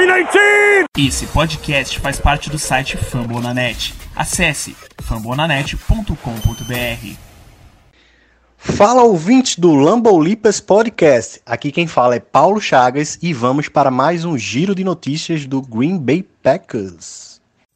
Esse podcast faz parte do site Fambonanet. Acesse fambonanet.com.br. Fala, ouvintes do Lambo-Lipas Podcast. Aqui quem fala é Paulo Chagas e vamos para mais um giro de notícias do Green Bay Packers.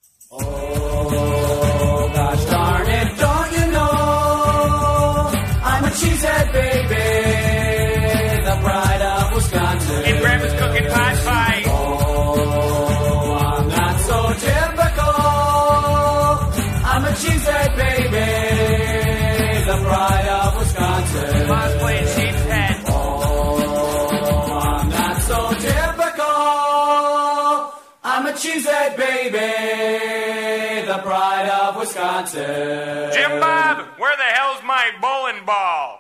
Cheesehead baby, the pride of Wisconsin. And Grandma's cooking pot pie. Oh, I'm not so typical. I'm a cheesehead baby, the pride of Wisconsin. Mom's playing Cheesehead. Oh, I'm not so typical. I'm a cheesehead baby, the pride of Wisconsin. Jim Bob, where the hell's my bowling ball?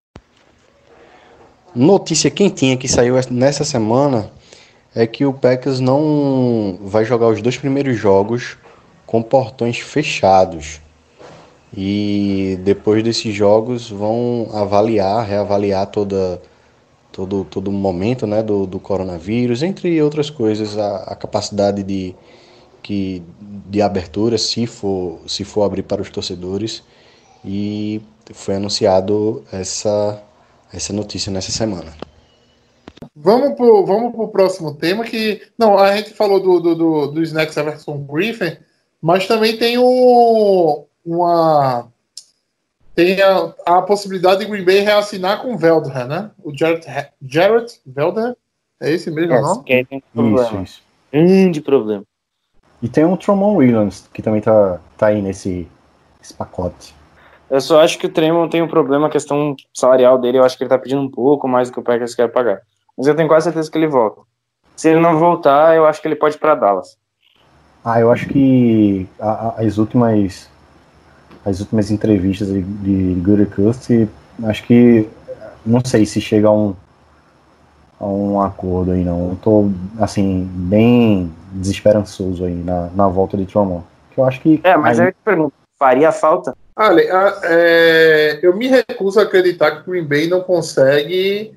Notícia quentinha que saiu nessa semana é que o Packers não vai jogar os 2 primeiros jogos com portões fechados. E depois desses jogos vão reavaliar todo o momento, né, do coronavírus, entre outras coisas, a capacidade de abertura, se for abrir para os torcedores. E foi anunciado essa notícia nessa semana. Vamos pro próximo tema, que... Não, a gente falou do Snacks Everson Griffin, mas também tem a possibilidade de Green Bay reassinar com o Veldheer, né? O Jarrett Veldheer, é esse mesmo nome? Que aí tem um problema. Isso. Grande problema. E tem o Tramon Williams, que também tá aí nesse pacote. Eu só acho que o Tremon tem um problema, a questão salarial dele, eu acho que ele tá pedindo um pouco mais do que o Packers quer pagar. Mas eu tenho quase certeza que ele volta. Se ele não voltar, eu acho que ele pode ir pra Dallas. Eu acho que as últimas entrevistas de Gutekunst, acho que não sei se chega a um acordo aí, não. Eu tô, assim, bem desesperançoso aí na volta de Tramon. Que eu acho que... Mas aí eu te pergunto, faria falta? Olha, eu me recuso a acreditar que o Green Bay não consegue,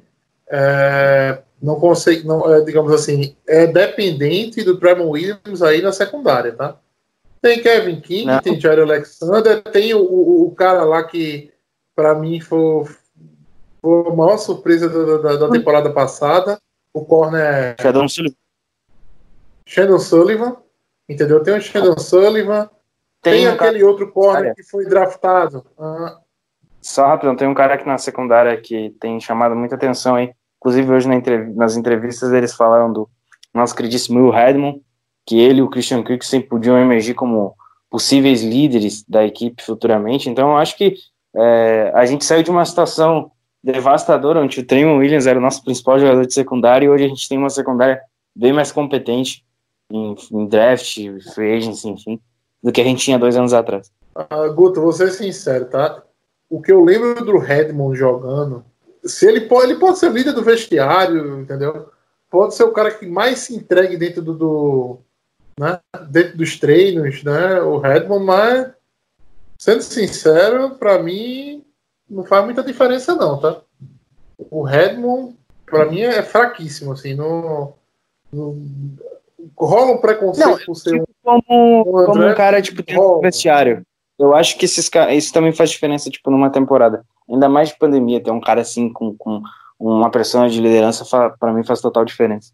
digamos assim, é dependente do Tramon Williams aí na secundária, tá? Tem Kevin King, Não. tem Jair Alexander, tem o cara lá que, pra mim, foi a maior surpresa da temporada passada, o corner Shannon Sullivan, entendeu? Tem o Shannon Sullivan, tem aquele outro corner que foi draftado. Só rapidão, tem um cara aqui na secundária que tem chamado muita atenção aí. Inclusive hoje nas entrevistas eles falaram do nosso queridíssimo Will Redmond, que ele e o Christian Kirk sempre podiam emergir como possíveis líderes da equipe futuramente. Então eu acho que a gente saiu de uma situação devastadora, onde o Tramon Williams era o nosso principal jogador de secundária, e hoje a gente tem uma secundária bem mais competente em draft, free agency, enfim, do que a gente tinha 2 anos atrás. Guto, vou ser sincero, tá? O que eu lembro do Redmond jogando, se ele pode ser líder do vestiário, entendeu? Pode ser o cara que mais se entregue dentro dentro dos treinos, né? O Redmond, mas sendo sincero, pra mim não faz muita diferença não, tá? O Redmond, pra mim, é fraquíssimo, assim, rola um preconceito por ser como um cara, tipo, dentro do vestiário. Eu acho que isso também faz diferença, tipo, numa temporada. Ainda mais de pandemia, ter um cara assim com uma pressão de liderança, pra mim faz total diferença.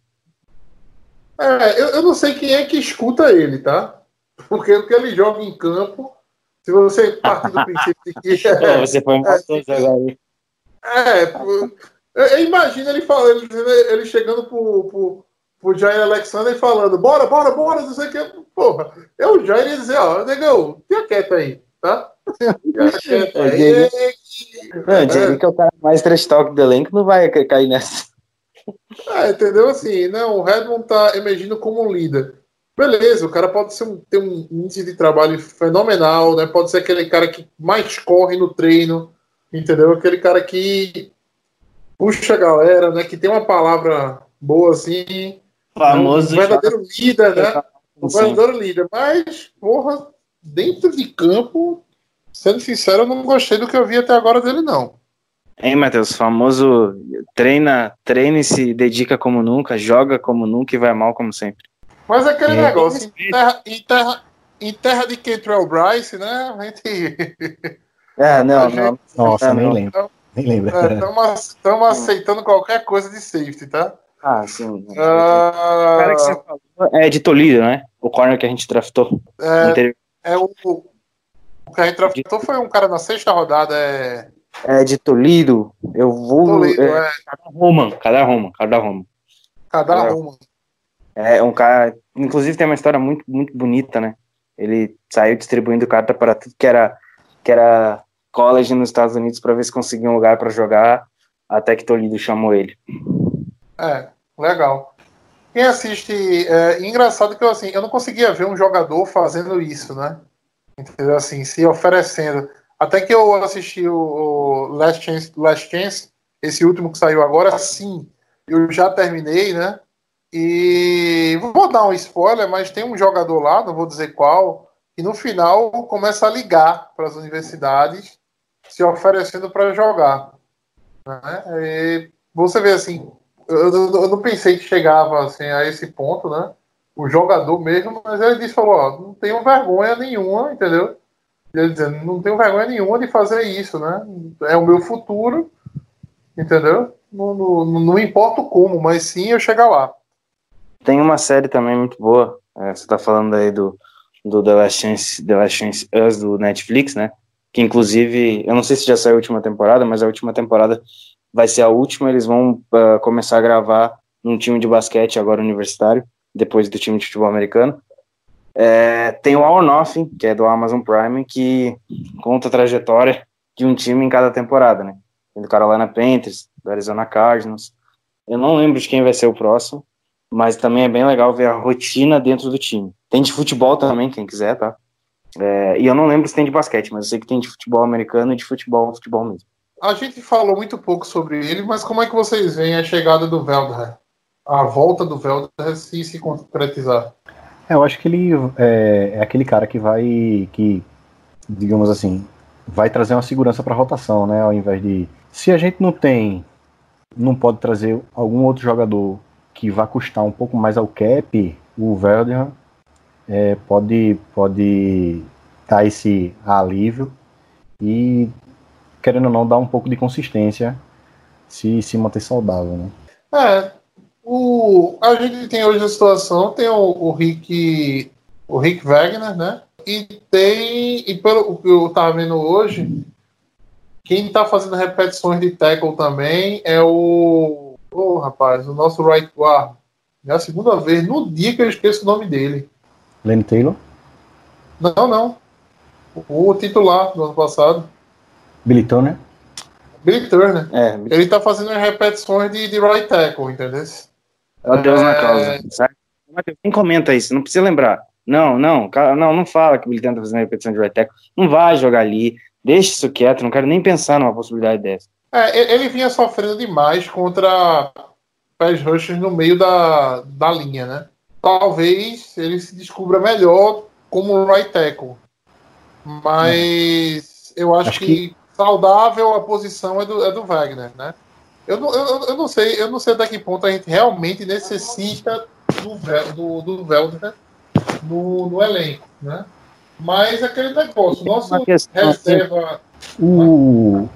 Eu não sei quem é que escuta ele, tá? Porque o que ele joga em campo, se você partir do princípio de que... Você foi maldoso agora. Eu imagino ele chegando pro Jair Alexander e falando, bora, não sei o que. Porra, eu já ia dizer, negão, fica quieto aí, tá? Fica quieto aí. O Jerry, que é o cara mais trash talk do elenco, não vai cair nessa. Entendeu? Assim, o Redmond tá emergindo como um líder. Beleza, o cara pode ter um índice de trabalho fenomenal, né? Pode ser aquele cara que mais corre no treino, entendeu? Aquele cara que puxa a galera, né? Que tem uma palavra boa, assim. Famoso. Um verdadeiro líder, né? Um verdadeiro líder. Mas, porra, dentro de campo, sendo sincero, eu não gostei do que eu vi até agora dele, não. Hein, Matheus? Famoso treina e se dedica como nunca, joga como nunca e vai mal como sempre. Mas aquele negócio, em terra de Kentrell Bryce, né? A gente. Não. Nossa, nem não. lembro. Nem lembro. Estamos aceitando qualquer coisa de safety, tá? Ah, sim. O cara que você falou é de Toledo, né? O corner que a gente draftou. O que a gente draftou foi um cara na 6ª rodada. É de Toledo. Eu vou. Toledo, Cada Roma. É um cara. Inclusive tem uma história muito, muito bonita, né? Ele saiu distribuindo carta para tudo que era college nos Estados Unidos para ver se conseguia um lugar para jogar, até que Toledo chamou ele. Legal. Quem assiste, engraçado que eu não conseguia ver um jogador fazendo isso, né? Entendeu? Assim, se oferecendo. Até que eu assisti o Last Chance, esse último que saiu agora, sim, eu já terminei, né? E vou dar um spoiler, mas tem um jogador lá, não vou dizer qual, e no final começa a ligar para as universidades se oferecendo para jogar, né? E você vê assim, eu não pensei que chegava assim, a esse ponto, né? O jogador mesmo, mas ele falou, não tenho vergonha nenhuma, entendeu? Ele dizendo, não tenho vergonha nenhuma de fazer isso, né? É o meu futuro, entendeu? Não importa como, mas sim eu chegar lá. Tem uma série também muito boa, você tá falando aí do The Last Chance Us do Netflix, né? Que inclusive, eu não sei se já saiu a última temporada, mas a última temporada vai ser a última, eles vão começar a gravar num time de basquete agora universitário, depois do time de futebol americano. Tem o All or Nothing, que é do Amazon Prime, que conta a trajetória de um time em cada temporada, né? Tem do Carolina Panthers, do Arizona Cardinals. Eu não lembro de quem vai ser o próximo, mas também é bem legal ver a rotina dentro do time. Tem de futebol também, quem quiser, tá? E eu não lembro se tem de basquete, mas eu sei que tem de futebol americano e de futebol mesmo. A gente falou muito pouco sobre ele, mas como é que vocês veem a chegada do Veldheer? A volta do Veldheer se concretizar? Eu acho que ele é aquele cara que, digamos assim, vai trazer uma segurança para a rotação, né? Ao invés de... Se a gente não pode trazer algum outro jogador que vá custar um pouco mais ao cap, o Veldheer pode dar esse alívio e, querendo ou não, dar um pouco de consistência se manter saudável, né? A gente tem hoje a situação, tem o Rick Wagner, né? E pelo que eu estava vendo hoje, quem está fazendo repetições de tackle também é o nosso right guard. É a segunda vez, no dia que eu esqueço o nome dele. Lenny Taylor? Não. O titular do ano passado. Billy Turner? Billy Turner. Ele está fazendo as repetições de right tackle, entendeu? Deus na causa, sabe? Quem comenta isso? Não precisa lembrar. Não fala que o Billy Turner está fazendo repetição de right tackle. Não vai jogar ali. Deixa isso quieto, não quero nem pensar numa possibilidade dessa. Ele vinha sofrendo demais contra pass rushers no meio da linha, né? Talvez ele se descubra melhor como right tackle. Mas eu acho que saudável a posição é do Wagner, né? Eu não sei até que ponto a gente realmente necessita do Veldheer no elenco, né? Mas aquele negócio, nosso reserva... O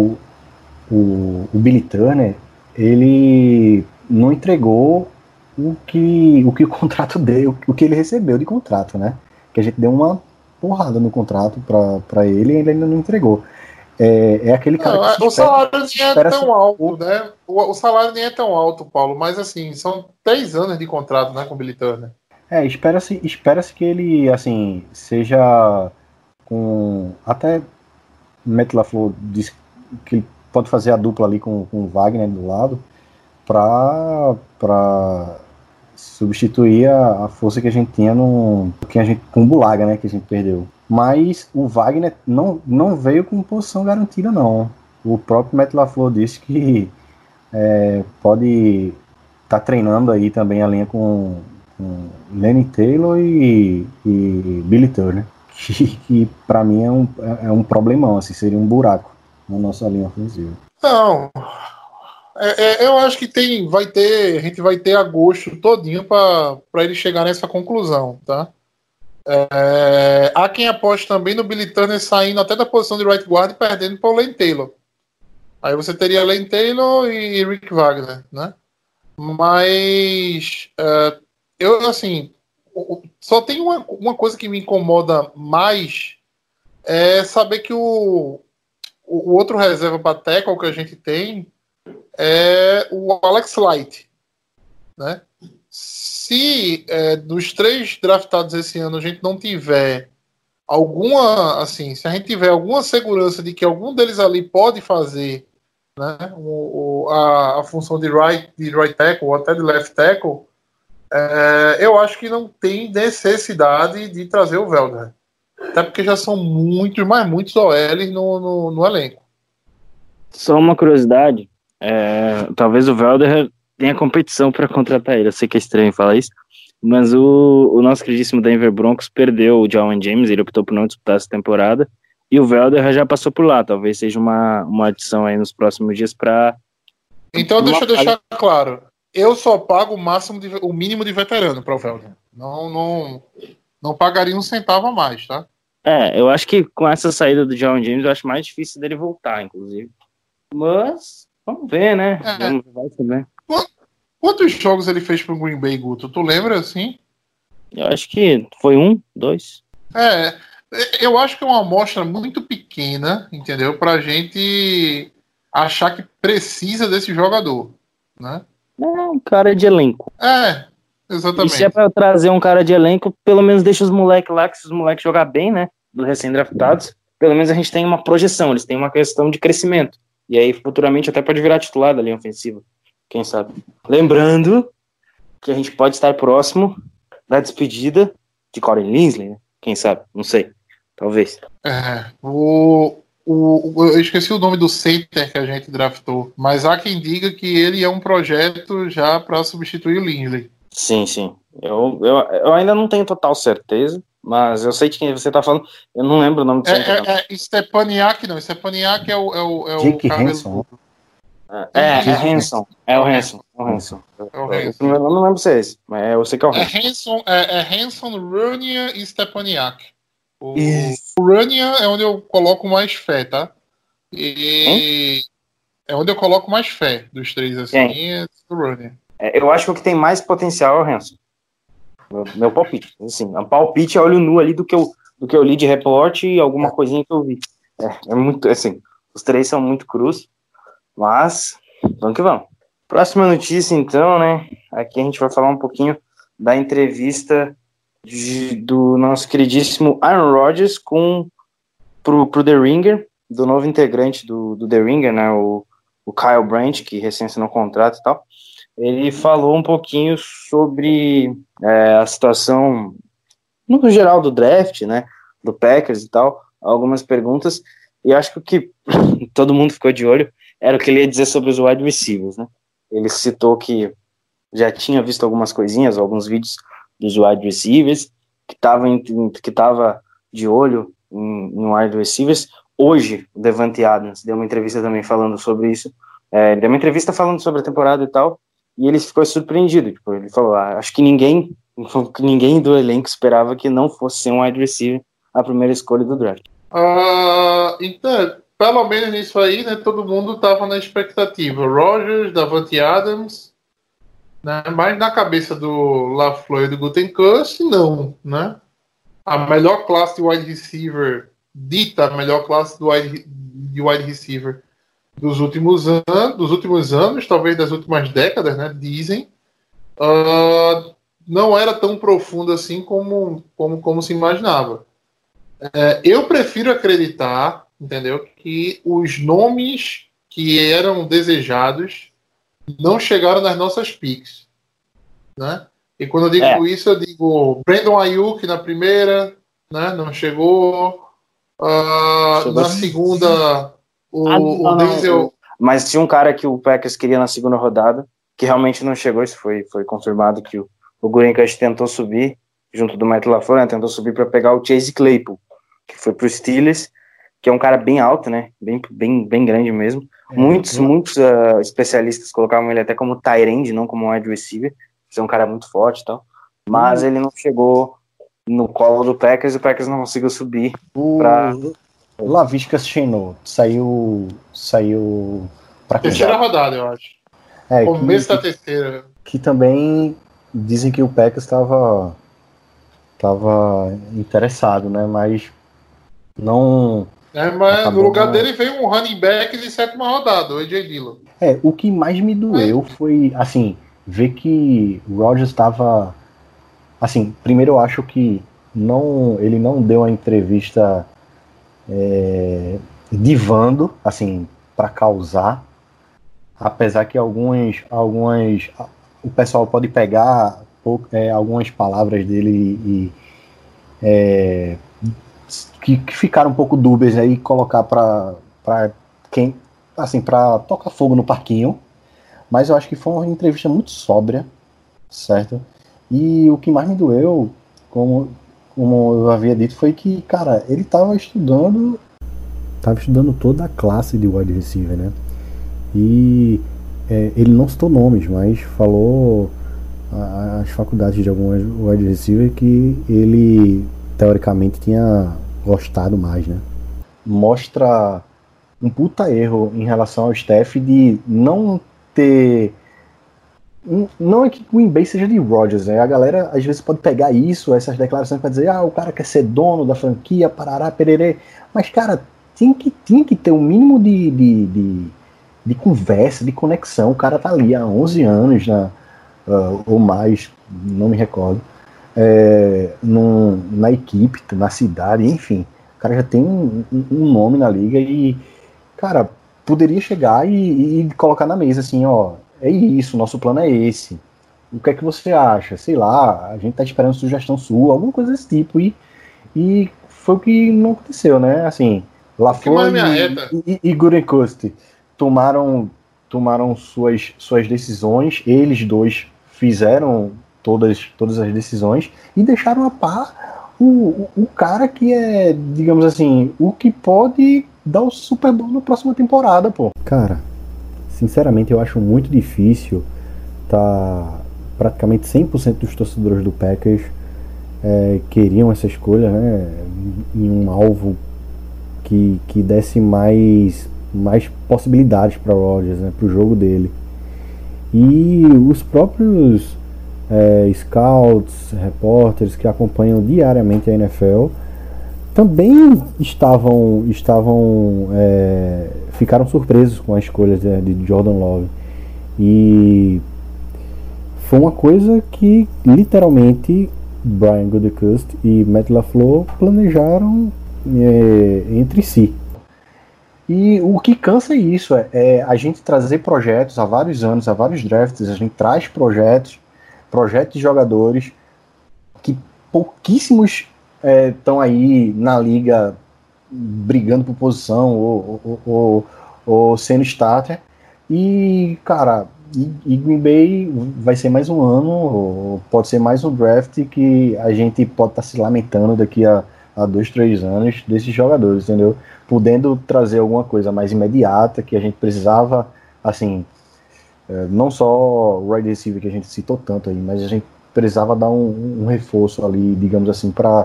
Billy Turner, ele não entregou o que o contrato deu, o que ele recebeu de contrato, né? Que a gente deu uma porrada no contrato para ele e ele ainda não entregou. É aquele cara que o salário nem é tão alto, né? O salário nem é tão alto, Paulo, mas assim, são 3 anos de contrato, né, com o Billy Turner. Espera-se que ele, assim, seja com... Até Matt LaFleur disse que ele pode fazer a dupla ali com o Wagner do lado para substituir a força que a gente tinha com o Bulaga, né, que a gente perdeu. Mas o Wagner não veio com posição garantida, não. O próprio Matt LaFleur disse que pode estar treinando aí também a linha com Lenny Taylor e Billy Turner, que para mim é um problemão, assim, seria um buraco na nossa linha ofensiva. Não, eu acho que a gente vai ter agosto todinho para ele chegar nessa conclusão, tá? Há quem aposte também no Billy Turner saindo até da posição de right guard e perdendo para o Lane Taylor. Aí você teria Lane Taylor e Rick Wagner, né? Mas eu, assim, só tem uma coisa que me incomoda mais, é saber que o outro reserva para tackle que a gente tem é o Alex Light, né? Se dos 3 draftados esse ano a gente não tiver alguma, assim, se a gente tiver alguma segurança de que algum deles ali pode fazer, né, a função de right tackle ou até de left tackle, eu acho que não tem necessidade de trazer o Velder. Até porque já são muitos OLs no elenco. Só uma curiosidade, talvez o Velder tenha competição para contratar ele. Eu sei que é estranho falar isso, mas o nosso queridíssimo Denver Broncos perdeu o Jawan James, ele optou por não disputar essa temporada, e o Velder já passou por lá. Talvez seja uma adição aí nos próximos dias para... Então deixa eu deixar claro, eu só pago o mínimo de veterano para o Velder. Não pagaria um centavo a mais, tá? Eu acho que com essa saída do Jawan James, eu acho mais difícil dele voltar, inclusive. Mas, vamos ver, né? Vamos ver. Quantos jogos ele fez pro Green Bay, Guto? Tu lembra, assim? Eu acho que foi 1, 2. Eu acho que é uma amostra muito pequena, entendeu? Pra gente achar que precisa desse jogador, né? Um cara de elenco. Exatamente. E se é pra trazer um cara de elenco, pelo menos deixa os moleques lá, que se os moleques jogar bem, né? Dos recém-draftados, pelo menos a gente tem uma projeção, eles têm uma questão de crescimento. E aí, futuramente, até pode virar titular da linha ofensiva. Quem sabe? Lembrando que a gente pode estar próximo da despedida de Corey Linsley, né? Quem sabe? Não sei. Talvez. Eu esqueci o nome do center que a gente draftou, mas há quem diga que ele é um projeto já para substituir o Linsley. Sim. Eu ainda não tenho total certeza, mas eu sei de quem você tá falando. Eu não lembro o nome do center. Stepaniak, não. Stepaniak é o Dick o Hanson. Hanson. É o Hanson. O primeiro nome não lembro se é esse, mas eu sei que é o Hanson. Hanson, Runia e Stepaniak. O Runia é onde eu coloco mais fé, tá? É onde eu coloco mais fé dos 3, assim, é o Runia. Eu acho que o que tem mais potencial é o Hanson. Meu palpite. Assim, um palpite é olho nu ali do que eu li de report e alguma coisinha que eu vi. É muito, assim, os 3 são muito crus, mas vamos que vamos. Próxima notícia, então, né? Aqui a gente vai falar um pouquinho da entrevista do nosso queridíssimo Aaron Rodgers pro The Ringer, do novo integrante do The Ringer, né? O Kyle Brandt, que recém assinou contrato e tal. Ele falou um pouquinho sobre a situação no geral do draft, né, do Packers e tal, algumas perguntas, e acho que o que todo mundo ficou de olho era o que ele ia dizer sobre os wide receivers, né. Ele citou que já tinha visto algumas coisinhas, alguns vídeos dos wide receivers, que tava de olho em wide receivers. Hoje, o Davante Adams deu uma entrevista também falando sobre isso, ele deu uma entrevista falando sobre a temporada e tal, e ele ficou surpreendido, tipo, ele falou, acho que ninguém do elenco esperava que não fosse ser um wide receiver a primeira escolha do draft. Então, pelo menos nisso aí, né, todo mundo estava na expectativa. Rodgers, Davante Adams, né, mas na cabeça do LaFleur e do Gutekunst, não, né? A melhor classe de wide receiver, dita a melhor classe de wide receiver dos últimos anos, talvez das últimas décadas, né, dizem, não era tão profunda assim como se imaginava. Eu prefiro acreditar, entendeu, que os nomes que eram desejados não chegaram nas nossas picks, né? E quando eu digo isso, eu digo Brandon Ayuk na primeira, né, não chegou. Na segunda, o Denzel... Mas tinha um cara que o Packers queria na segunda rodada, que realmente não chegou. Isso foi confirmado, que o Gutekunst tentou subir, junto do Matt LaFleur, né, tentou subir para pegar o Chase Claypool, que foi para os Steelers, que é um cara bem alto, né? Bem grande mesmo. Muitos especialistas colocavam ele até como tight end, não como wide receiver. Ser um cara muito forte e tal. Mas ele não chegou no colo do Packers e o Packers não conseguiu subir. O Laviska Shenault saiu para terceira rodada, eu acho. Começo da terceira. Que também dizem que o Packers estava interessado, né? Mas não. Mas no lugar dele veio um running back de sétima rodada, o A.J. Dillon. O que mais me doeu foi, assim, ver que o Rodgers estava. Assim, primeiro eu acho que ele não deu uma entrevista divando, assim, para causar, apesar que algumas o pessoal pode pegar algumas palavras dele que ficaram um pouco dúbias aí e colocar para quem, assim, para tocar fogo no parquinho, mas eu acho que foi uma entrevista muito sóbria, certo? E o que mais me doeu, como eu havia dito, foi que, cara, ele estava estudando toda a classe de wide receiver, né? E ele não citou nomes, mas falou as faculdades de algumas wide receiver que ele, teoricamente, tinha gostado mais, né? Mostra um puta erro em relação ao staff de não ter... Não é que o Green Bay seja de Rodgers, né? A galera às vezes pode pegar essas declarações para dizer, o cara quer ser dono da franquia, parará, pererê. Mas, cara, tinha que ter um mínimo de conversa, de conexão. O cara tá ali há 11 anos, ou mais, não me recordo, na equipe, na cidade, enfim. O cara já tem um nome na liga e, cara, poderia chegar e colocar na mesa assim, é isso, nosso plano é esse. O que é que você acha? Sei lá, a gente tá esperando sugestão sua, alguma coisa desse tipo. E foi o que não aconteceu, né? Assim, LaFleur e Gutekunst tomaram suas decisões, eles dois fizeram todas as decisões e deixaram a par o cara que é, digamos assim, o que pode dar o Super Bowl na próxima temporada, pô. Cara, sinceramente eu acho muito difícil praticamente 100% dos torcedores do Packers queriam essa escolha, né, em um alvo que desse mais possibilidades para o Rodgers, né, para o jogo dele. E os próprios scouts, repórteres que acompanham diariamente a NFL também ficaram surpresos com a escolha de Jordan Love. E foi uma coisa que literalmente Brian Gutekunst e Matt LaFleur planejaram entre si. E o que cansa é isso, a gente trazer projetos há vários anos, há vários drafts, a gente traz projetos de jogadores que pouquíssimos estão aí na liga brigando por posição ou sendo starter. E, cara, e Green Bay vai ser mais um ano, ou pode ser mais um draft que a gente pode estar se lamentando daqui a 2-3 anos desses jogadores, entendeu? Podendo trazer alguma coisa mais imediata que a gente precisava, assim, não só o wide receiver que a gente citou tanto aí, mas a gente precisava dar um reforço ali, digamos assim, para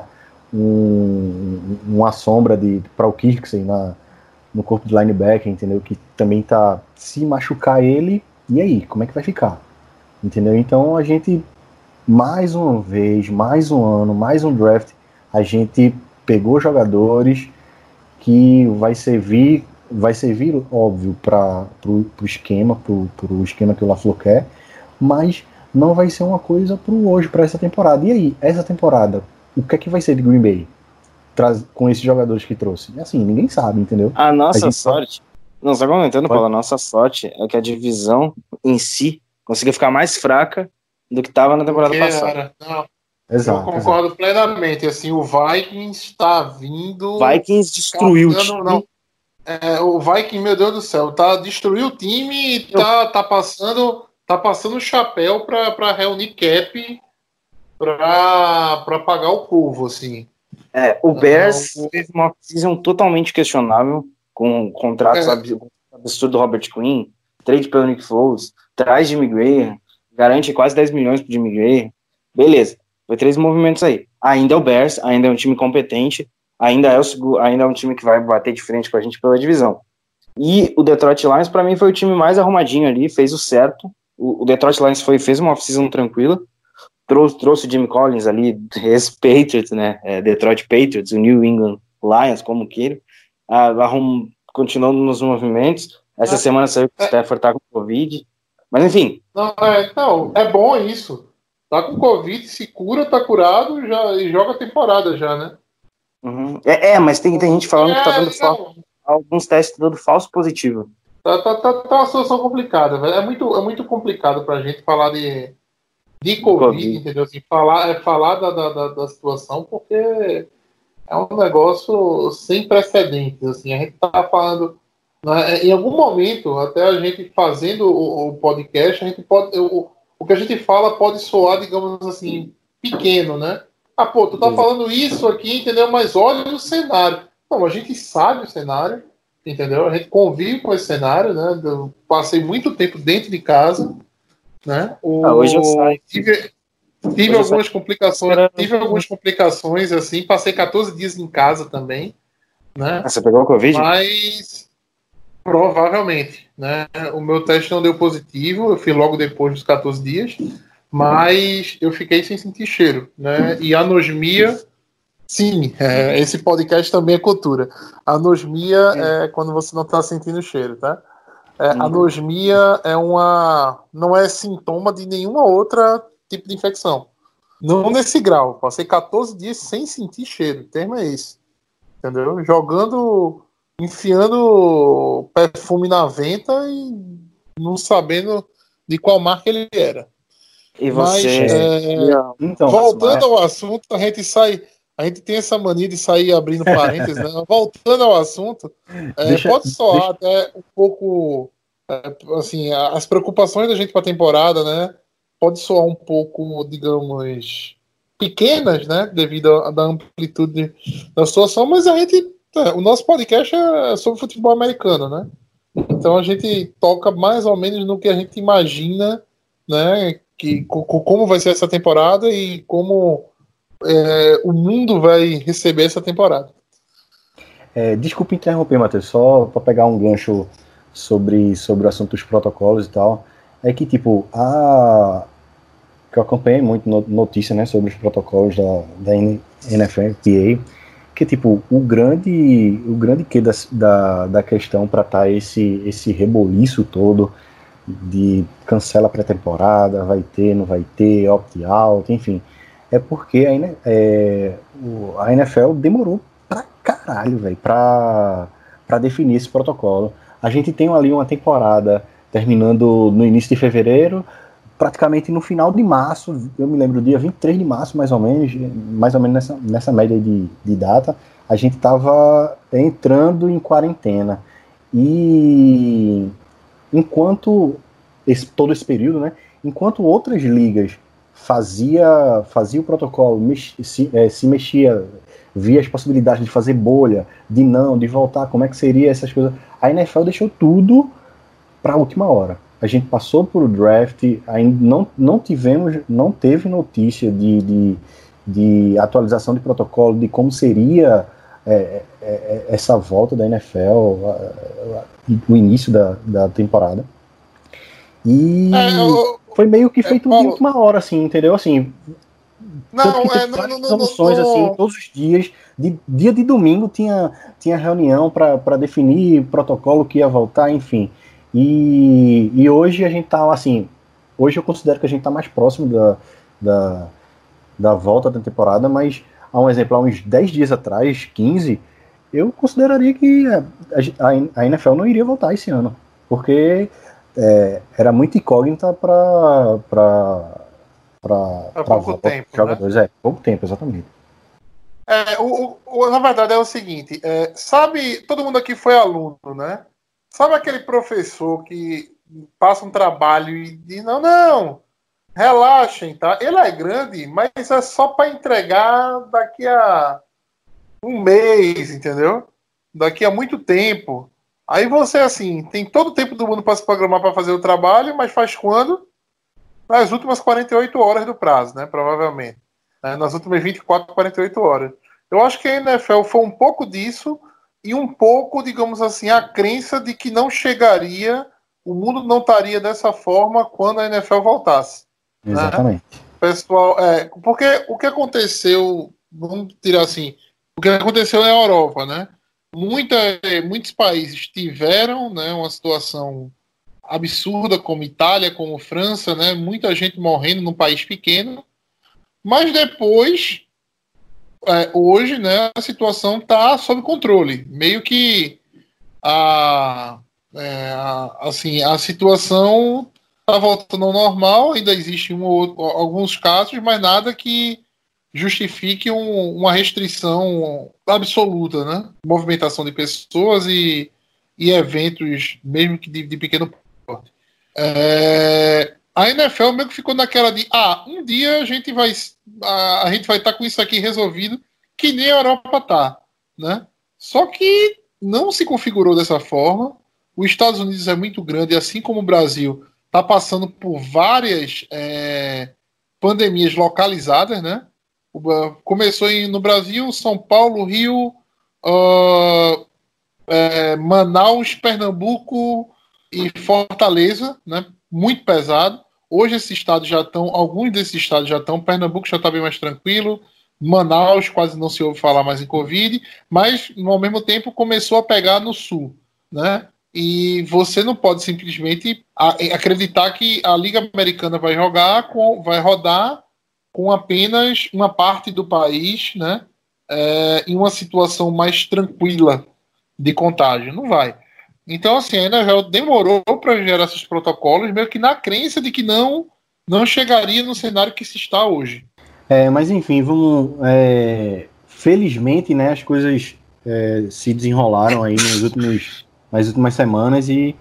uma sombra para o Kirksey no corpo de linebacker, entendeu? Que também tá, se machucar ele, e aí, como é que vai ficar? Entendeu? Então a gente, mais uma vez, mais um ano, mais um draft, a gente pegou jogadores que vai servir, óbvio, para o esquema que o LaFleur quer, mas não vai ser uma coisa hoje, para essa temporada. E aí, essa temporada, o que é que vai ser de Green Bay com esses jogadores que trouxe? Assim, ninguém sabe, entendeu? A nossa sorte, não, só comentando, Paulo, a nossa sorte é que a divisão em si conseguiu ficar mais fraca do que estava na temporada passada. Não. Exato, eu concordo plenamente. Assim, o Vikings está vindo. Vikings destruiu o time. O Vikings, meu Deus do céu, destruiu o time e tá passando o chapéu para reunir cap para pagar o povo, assim. O Bears fez uma season totalmente questionável, com contratos absurdos do Robert Quinn, trade pelo Nick Foles, traz Jimmy Graham, garante quase 10 milhões pro Jimmy Graham. Beleza, foi 3 movimentos aí. Ainda é o Bears, ainda é um time competente, ainda é um time que vai bater de frente com a gente pela divisão. E o Detroit Lions, para mim, foi o time mais arrumadinho ali, fez o certo. O Detroit Lions fez uma off-season tranquila, trouxe o Jimmy Collins ali, ex-Patriots, né? Detroit Patriots, o New England Lions, como queira. Continuando nos movimentos. Essa semana saiu que o Stafford tá com Covid. Mas enfim. Não, é bom isso. Tá com Covid, se cura, tá curado e joga a temporada já, né? Uhum. Mas tem gente falando que tá dando alguns testes dando falso positivo. Tá uma situação complicada, velho. É muito complicado pra gente falar de Covid, entendeu? Assim, falar da situação, porque é um negócio sem precedentes. Assim, a gente tá falando, né, em algum momento, até a gente fazendo o podcast, a gente pode, o que a gente fala pode soar, digamos assim, pequeno, né? Tu tá falando isso aqui, entendeu? Mas olha o cenário. Não, a gente sabe o cenário, entendeu? A gente convive com esse cenário, né? Eu passei muito tempo dentro de casa, né? Hoje eu saio. Tive algumas complicações, assim. Passei 14 dias em casa também, né? Você pegou o Covid? Mas provavelmente, né? O meu teste não deu positivo, eu fui logo depois dos 14 dias, mas eu fiquei sem sentir cheiro, né? E anosmia, sim, esse podcast também é cultura. Anosmia é quando você não está sentindo cheiro, tá? Anosmia não é sintoma de nenhuma outra tipo de infecção. Não nesse grau. Passei 14 dias sem sentir cheiro. O termo é esse. Entendeu? Enfiando perfume na venta e não sabendo de qual marca ele era. E você? Então, voltando ao assunto, a gente tem essa mania de sair abrindo parênteses, né? Voltando ao assunto, pode soar até um pouco, assim, as preocupações da gente para a temporada, né? Pode soar um pouco, digamos, pequenas, né? Devido à amplitude da situação, mas o nosso podcast é sobre futebol americano, né? Então a gente toca mais ou menos no que a gente imagina, né? Como vai ser essa temporada e como o mundo vai receber essa temporada. Desculpa interromper, Matheus, só para pegar um gancho sobre o assunto dos protocolos e tal. É que, tipo, que eu acompanhei muito notícia, né, sobre os protocolos da NFLPA, que, tipo, o grande quê da questão para estar esse reboliço todo de cancela pré-temporada, vai ter, não vai ter, opt-out, enfim, é porque a NFL demorou pra caralho, velho, pra definir esse protocolo. A gente tem ali uma temporada terminando no início de fevereiro, praticamente no final de março, eu me lembro do dia 23 de março, mais ou menos nessa média de data, a gente estava entrando em quarentena. E enquanto todo esse período, né, enquanto outras ligas fazia o protocolo, se mexia, via as possibilidades de fazer bolha, de voltar, como é que seria essas coisas, a NFL deixou tudo para a última hora. A gente passou por o draft, ainda não teve notícia de atualização de protocolo, de como seria essa volta da NFL, o início da temporada. E foi meio que feito de última hora, assim, entendeu? Assim, soluções, assim, todos os dias. Dia de domingo tinha reunião para definir protocolo que ia voltar, enfim. E hoje a gente tá, assim, hoje eu considero que a gente tá mais próximo da volta da temporada, mas há uns 10 dias atrás, 15, eu consideraria que a NFL não iria voltar esse ano, porque era muito incógnita para pouco tempo, jogadores, né? Pouco tempo, exatamente. Na verdade é o seguinte, sabe, todo mundo aqui foi aluno, né? Sabe aquele professor que passa um trabalho e diz, não, relaxem, tá? Ele é grande, mas é só para entregar daqui a um mês, entendeu? Daqui a muito tempo. Aí você, assim, tem todo o tempo do mundo para se programar para fazer o trabalho, mas faz quando? Nas últimas 48 horas do prazo, né? Provavelmente. Nas últimas 24, 48 horas. Eu acho que a NFL foi um pouco disso e um pouco, digamos assim, a crença de que não chegaria, o mundo não estaria dessa forma quando a NFL voltasse. Exatamente. Né? Pessoal, porque o que aconteceu, vamos tirar assim, o que aconteceu na Europa, né? Muitos países tiveram, né, uma situação absurda, como Itália, como França, né? Muita gente morrendo num país pequeno, mas depois, hoje, né, a situação está sob controle. Meio que assim, a situação está voltando ao normal, ainda existem alguns casos, mas nada que justifique uma restrição absoluta, né? Movimentação de pessoas e eventos, mesmo que de pequeno porte. A NFL meio que ficou naquela de um dia a gente vai estar com isso aqui resolvido, que nem a Europa tá, né? Só que não se configurou dessa forma. Os Estados Unidos é muito grande, assim como o Brasil está passando por várias pandemias localizadas, né? Começou no Brasil, São Paulo, Rio, Manaus, Pernambuco e Fortaleza, né? Muito pesado. Hoje alguns desses estados já estão, Pernambuco já está bem mais tranquilo, Manaus quase não se ouve falar mais em Covid, mas ao mesmo tempo começou a pegar no sul, né? E você não pode simplesmente acreditar que a Liga Americana vai rodar com apenas uma parte do país, né, em uma situação mais tranquila de contágio. Não vai. Então, assim, a NFL demorou para gerar esses protocolos, meio que na crença de que não chegaria no cenário que se está hoje. Mas, enfim, vamos... felizmente, né, as coisas se desenrolaram aí nas últimas semanas e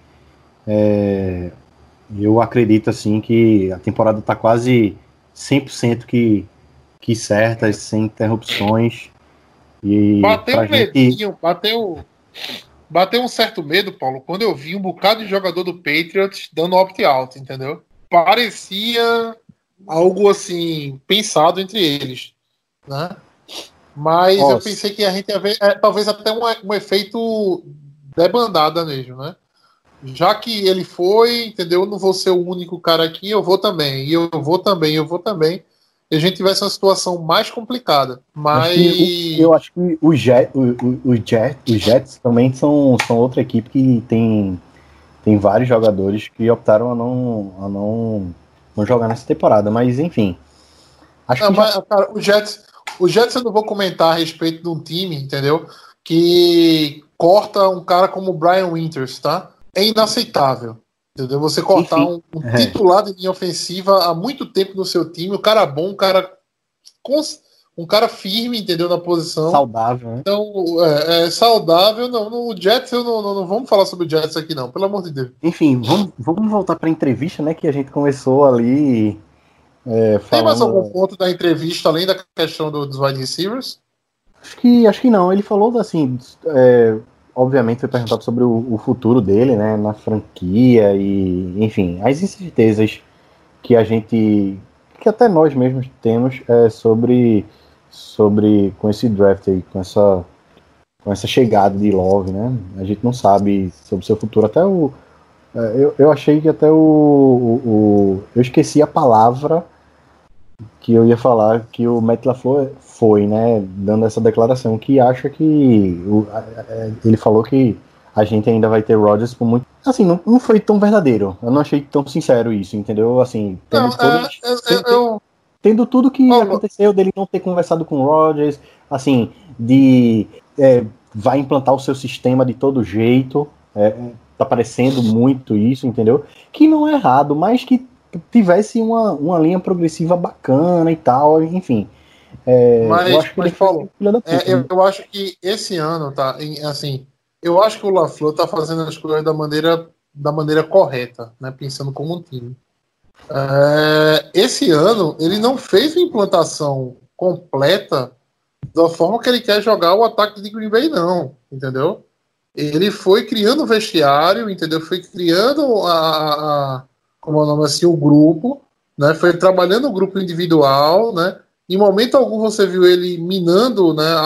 eu acredito, assim, que a temporada está quase 100% que certa, sem interrupções. E bateu um medinho, bateu um certo medo, Paulo, quando eu vi um bocado de jogador do Patriots dando opt-out, entendeu? Parecia algo assim, pensado entre eles, né? Mas eu pensei que a gente ia ver talvez até um efeito debandada mesmo, né? Já que ele foi, entendeu? Eu não vou ser o único cara aqui, eu vou também, e eu vou também, e a gente tivesse uma situação mais complicada. Mas eu acho que os Jets também são outra equipe que tem vários jogadores que optaram a não jogar nessa temporada, mas enfim. Cara, o Jets eu não vou comentar a respeito de um time, entendeu? Que corta um cara como o Brian Winters, tá? É inaceitável, entendeu? Você cortar um titular de linha ofensiva há muito tempo no seu time, um cara bom, um cara firme, entendeu? Na posição. Saudável, né? Então, saudável. Não, o Jets, não vamos falar sobre o Jets aqui, não, pelo amor de Deus. Enfim, vamos voltar para a entrevista, né? Que a gente começou ali. Tem mais algum ponto da entrevista, além da questão dos wide receivers? Acho que não. Ele falou assim. Obviamente foi perguntado sobre o futuro dele, né, na franquia e, enfim, as incertezas que que até nós mesmos temos sobre com esse draft aí, com essa chegada de Love, né, a gente não sabe sobre o seu futuro, até eu achei que até eu esqueci a palavra que eu ia falar, que o Matt LaFleur foi, né, dando essa declaração, que acha que ele falou que a gente ainda vai ter Rodgers por muito... Assim, não foi tão verdadeiro, eu não achei tão sincero isso, entendeu? Assim, tendo tudo que aconteceu, dele não ter conversado com o Rodgers, assim, vai implantar o seu sistema de todo jeito, tá parecendo muito isso, entendeu? Que não é errado, mas que tivesse uma linha progressiva bacana e tal, enfim. Eu acho que esse ano, tá? Assim, eu acho que o LaFleur tá fazendo as coisas da maneira correta, né? Pensando como um time. Esse ano, ele não fez uma implantação completa da forma que ele quer jogar o ataque de Green Bay, não, entendeu? Ele foi criando o vestiário, entendeu? Foi criando como é o nome assim, o grupo, né? Foi trabalhando o grupo individual, né? Em momento algum você viu ele minando, né,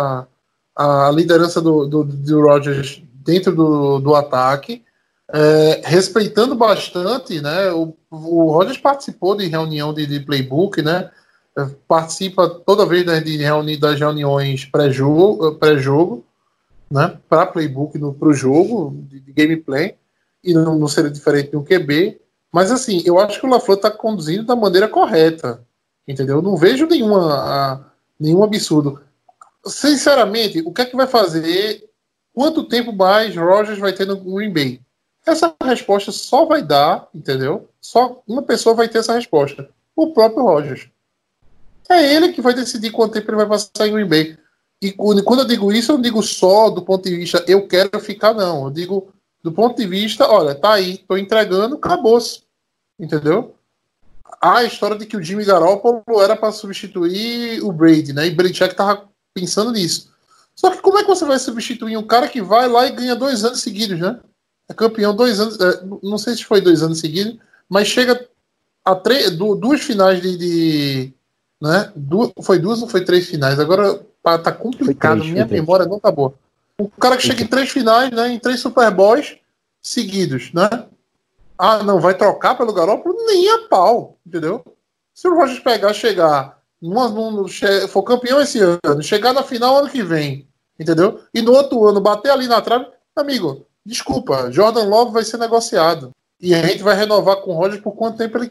a liderança do Rodgers dentro do ataque, respeitando bastante, né? O Rodgers participou de reunião de playbook, né? Participa toda vez das reuniões pré-jogo, né? Para playbook para o jogo de gameplay, e não seria diferente do QB. Mas assim, eu acho que o LaFleur está conduzindo da maneira correta, entendeu? Eu não vejo nenhum absurdo. Sinceramente, o que é que vai fazer? Quanto tempo mais Rodgers vai ter no Green Bay? Essa resposta só vai dar, entendeu? Só uma pessoa vai ter essa resposta. O próprio Rodgers. É ele que vai decidir quanto tempo ele vai passar em Green Bay. E quando eu digo isso, eu não digo só do ponto de vista eu quero ficar, não. Eu digo do ponto de vista, olha, tá aí, tô entregando, acabou-se. Entendeu? A história de que o Jimmy Garoppolo era para substituir o Brady, né? E Belichick tava pensando nisso. Só que como é que você vai substituir um cara que vai lá e ganha 2 anos seguidos, né? É campeão 2 anos, não sei se foi 2 anos seguidos, mas chega a 2 finais né? Foi 2 ou foi 3 finais? Agora tá complicado, minha memória não tá boa. O cara que chega em 3 finais, né? Em 3 Super Bowls seguidos, né? Ah, não, vai trocar pelo Garoppolo? Nem a pau, entendeu? Se o Rodgers chegar, for campeão esse ano, chegar na final ano que vem, entendeu? E no outro ano bater ali na trave, amigo, desculpa, Jordan Love vai ser negociado. E a gente vai renovar com o Rodgers por quanto tempo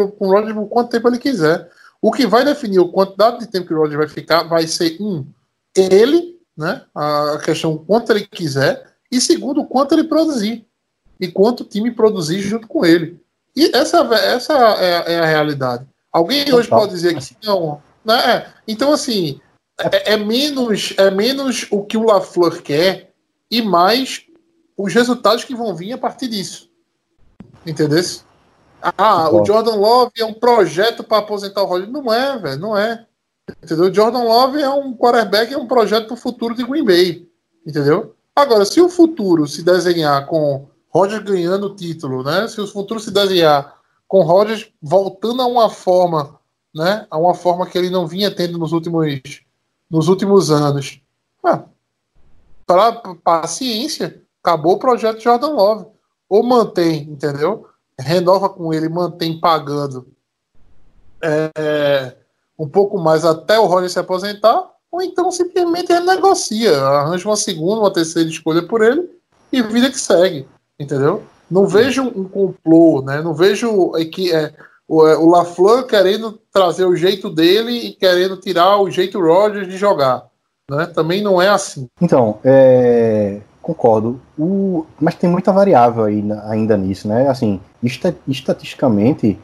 ele quiser. O que vai definir a quantidade de tempo que o Rodgers vai ficar vai ser, ele, né? A questão quanto ele quiser, e segundo, o quanto ele produzir. E quanto o time produzir junto com ele. E essa é a realidade. Alguém hoje pode dizer que não, né? Então, assim, é menos o que o LaFleur quer e mais os resultados que vão vir a partir disso. Entendeu? O Jordan Love é um projeto para aposentar o Rodgers. Não é, velho, não é. Entendeu? O Jordan Love é um quarterback, é um projeto para o futuro de Green Bay. Entendeu? Agora, se o futuro se desenhar com Rodgers ganhando o título, né? Se o futuro se desenhar com Rodgers voltando a uma forma, né? A uma forma que ele não vinha tendo nos últimos anos. Para paciência, acabou o projeto Jordan Love. Ou mantém, entendeu? Renova com ele, mantém pagando um pouco mais até o Rodgers se aposentar, ou então simplesmente renegocia, arranja uma segunda, uma terceira escolha por ele e vida que segue. Entendeu? Não vejo um complô, né? Não vejo o LaFleur querendo trazer o jeito dele e querendo tirar o jeito Rodgers de jogar, né? Também não é assim. Então, concordo. Mas tem muita variável aí ainda nisso, né? Assim, estatisticamente,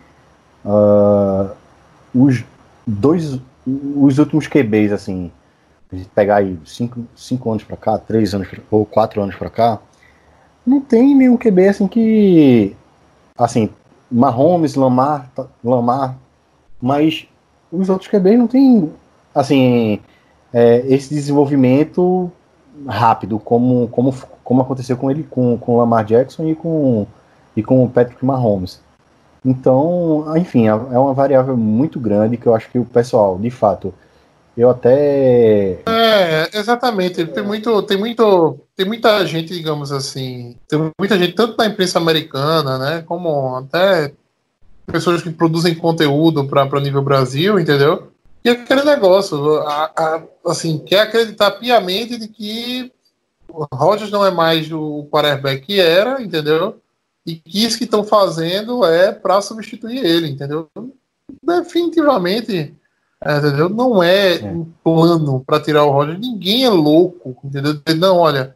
os últimos QBs, assim, a gente pegar aí 5 anos para cá, 3 anos ou 4 anos para cá, não tem nenhum QB assim que, assim, Mahomes, Lamar, mas os outros QBs não tem, assim, esse desenvolvimento rápido como aconteceu com ele, com o Lamar Jackson e com o Patrick Mahomes. Então, enfim, é uma variável muito grande que eu acho que o pessoal, de fato, eu até... Exatamente. Tem muita gente, digamos assim, tem muita gente, tanto na imprensa americana, né, como até pessoas que produzem conteúdo para nível Brasil, entendeu? E aquele negócio, assim, quer acreditar piamente de que o Rodgers não é mais o quarterback que era, entendeu? E que isso que estão fazendo é para substituir ele, entendeu? Definitivamente... entendeu? Não é um plano para tirar o Rodgers. Ninguém é louco, entendeu? Não, olha,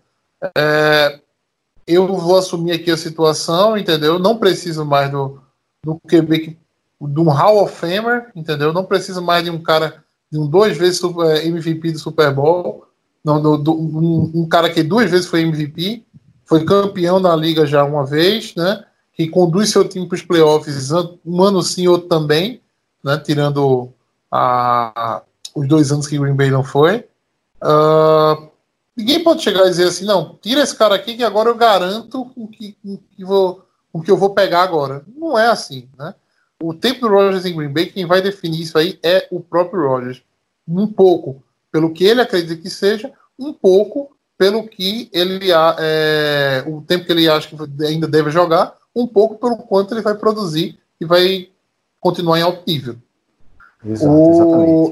eu vou assumir aqui a situação, entendeu? Não preciso mais do QB, de um Hall of Famer, entendeu? Não preciso mais de um cara, de um 2 vezes MVP do Super Bowl, não, um cara que 2 vezes foi MVP, foi campeão da liga já uma vez, né? Que conduz seu time para os playoffs um ano sim, outro também, né? Tirando os 2 anos que o Green Bay não foi. Ninguém pode chegar e dizer assim, não, tira esse cara aqui que agora eu garanto o que eu vou pegar agora. Não é assim, né? O tempo do Rodgers em Green Bay, quem vai definir isso aí é o próprio Rodgers. Um pouco pelo que ele acredita que seja, um pouco pelo que ele o tempo que ele acha que ainda deve jogar, um pouco pelo quanto ele vai produzir e vai continuar em alto nível. Exatamente.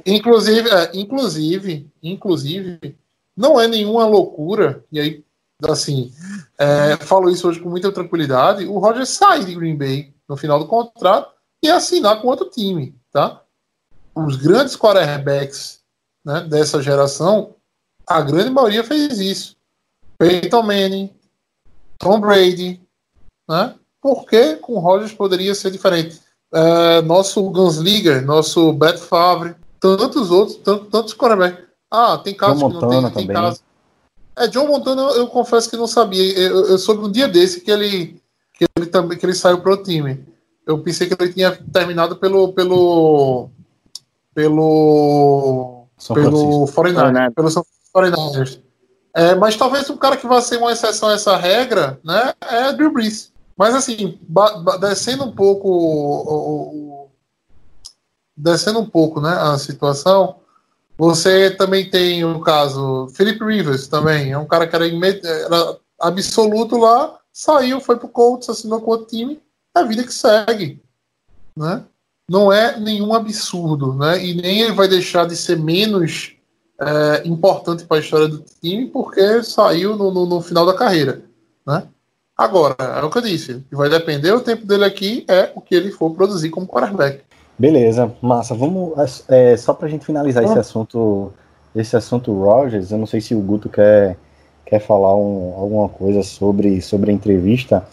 Inclusive, não é nenhuma loucura, e aí, assim, falo isso hoje com muita tranquilidade, o Rodgers sair de Green Bay no final do contrato e assinar com outro time, tá? Os grandes quarterbacks, né, dessa geração, a grande maioria fez isso. Peyton Manning, Tom Brady, né? Por que com o Rodgers poderia ser diferente? Nosso Gunslinger, nosso Brett Favre, tantos outros, tantos quarterbacks. Tem casos John que não Montana tem também. casos. John Montana, eu confesso que não sabia. Eu soube um dia desse que ele saiu pro time. Eu pensei que ele tinha terminado pelo 49ers. Mas talvez um cara que vai ser uma exceção a essa regra, né, é Drew Brees. Mas assim, descendo um pouco, né, a situação, você também tem o caso Philip Rivers também, é um cara que era absoluto lá, saiu, foi pro Colts, assinou com outro time, é a vida que segue, né? Não é nenhum absurdo, né? E nem ele vai deixar de ser menos importante para a história do time porque saiu no final da carreira, né? Agora, é o que eu disse, o que vai depender o tempo dele aqui é o que ele for produzir como quarterback. Beleza, massa. Vamos só pra gente finalizar esse assunto Rodgers, eu não sei se o Guto quer falar alguma coisa sobre a entrevista.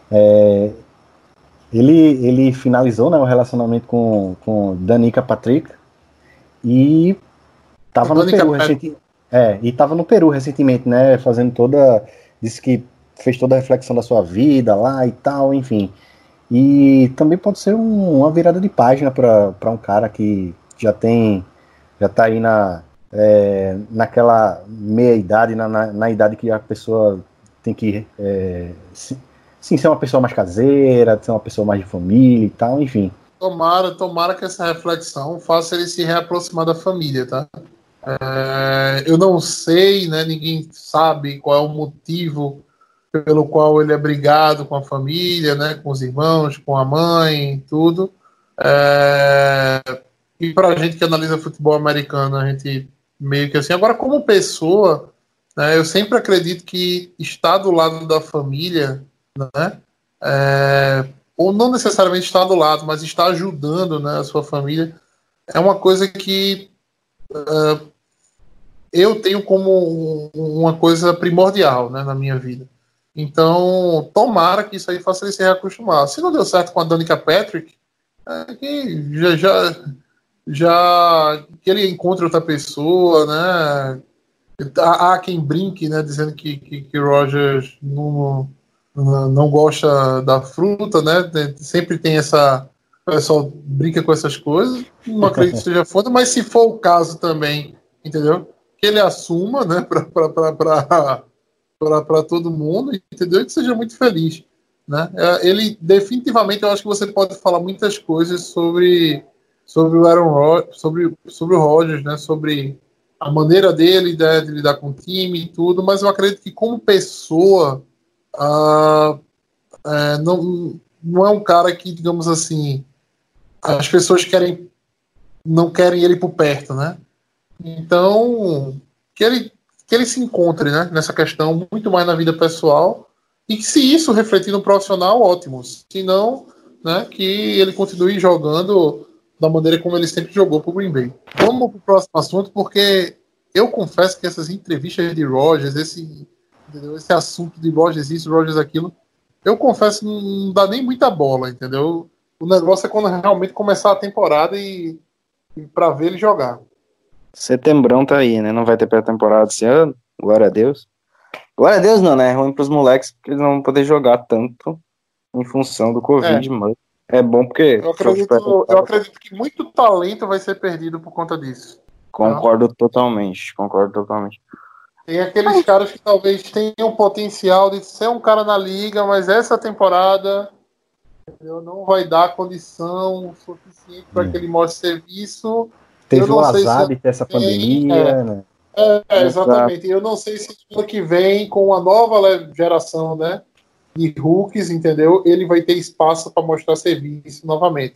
Ele finalizou, né, o relacionamento com Danica Patrick e estava no Peru recentemente, né, disse que fez toda a reflexão da sua vida lá e tal, enfim. E também pode ser uma virada de página para um cara que já tá aí naquela meia idade, na idade que a pessoa tem que ser uma pessoa mais caseira, ser uma pessoa mais de família e tal, enfim. Tomara que essa reflexão faça ele se reaproximar da família, tá? Eu não sei, né? Ninguém sabe qual é o motivo pelo qual ele é brigado com a família, né? Com os irmãos, com a mãe, tudo. E pra gente que analisa futebol americano, a gente meio que assim. Agora, como pessoa, né? Eu sempre acredito que estar do lado da família, né? Ou não necessariamente estar do lado, mas estar ajudando, né, a sua família, é uma coisa que eu tenho como uma coisa primordial, né, na minha vida. Então, tomara que isso aí faça ele se reacostumar. Se não deu certo com a Danica Patrick, que já que ele encontre outra pessoa, né? Há quem brinque, né, dizendo que Rodgers não gosta da fruta, né? Sempre tem essa... O pessoal brinca com essas coisas. Não acredito que seja foda, mas se for o caso também, entendeu? Que ele assuma, né? Para todo mundo, entendeu? E que seja muito feliz, né? Ele, definitivamente, eu acho que você pode falar muitas coisas sobre o Aaron Rodgers, sobre o Rodgers, né? Sobre a maneira dele, né, de lidar com o time e tudo, mas eu acredito que como pessoa não é um cara que, digamos assim, as pessoas não querem ele por perto, né? Então, que ele se encontre, né, nessa questão muito mais na vida pessoal e que, se isso refletir no profissional, ótimo. Se não, né, que ele continue jogando da maneira como ele sempre jogou pro Green Bay. Vamos pro próximo assunto, porque eu confesso que essas entrevistas de Rodgers, esse assunto de Rodgers isso, Rodgers aquilo, eu confesso que não dá nem muita bola, entendeu? O negócio é quando realmente começar a temporada e pra ver ele jogar. Setembrão tá aí, né? Não vai ter pré-temporada esse ano, glória a Deus. Glória a Deus não, né? É ruim pros moleques, porque eles não vão poder jogar tanto em função do Covid, mas é bom porque... Eu acredito que muito talento vai ser perdido por conta disso. Concordo totalmente. Tem aqueles caras que talvez tenham potencial de ser um cara na liga, mas essa temporada, entendeu, não vai dar condição suficiente para que ele mostre serviço. Teve o azar de ter essa pandemia, né? Exatamente. Eu não sei se ano que vem, com a nova geração, né, de rookies, entendeu, ele vai ter espaço para mostrar serviço novamente.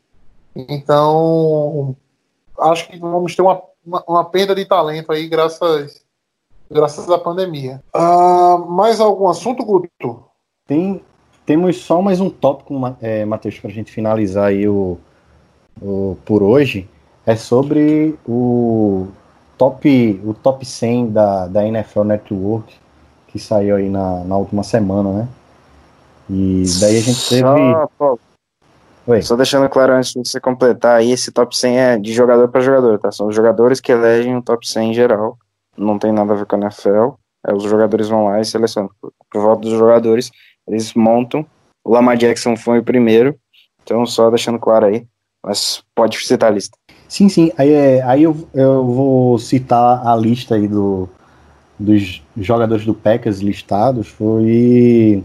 Então, acho que vamos ter uma perda de talento aí, graças à pandemia. Mais algum assunto, Guto? Temos só mais um tópico, Matheus, para a gente finalizar aí por hoje. É sobre o top 100 da NFL Network, que saiu aí na última semana, né? E daí a gente teve... Só deixando claro antes de você completar, aí esse top 100 é de jogador para jogador, tá? São os jogadores que elegem o top 100 em geral. Não tem nada a ver com a NFL. Os jogadores vão lá e selecionam. Por volta dos jogadores, eles montam. O Lamar Jackson foi o primeiro. Então, só deixando claro aí. Mas pode citar a lista. Sim. Aí eu vou citar a lista aí dos jogadores do Packers listados. Foi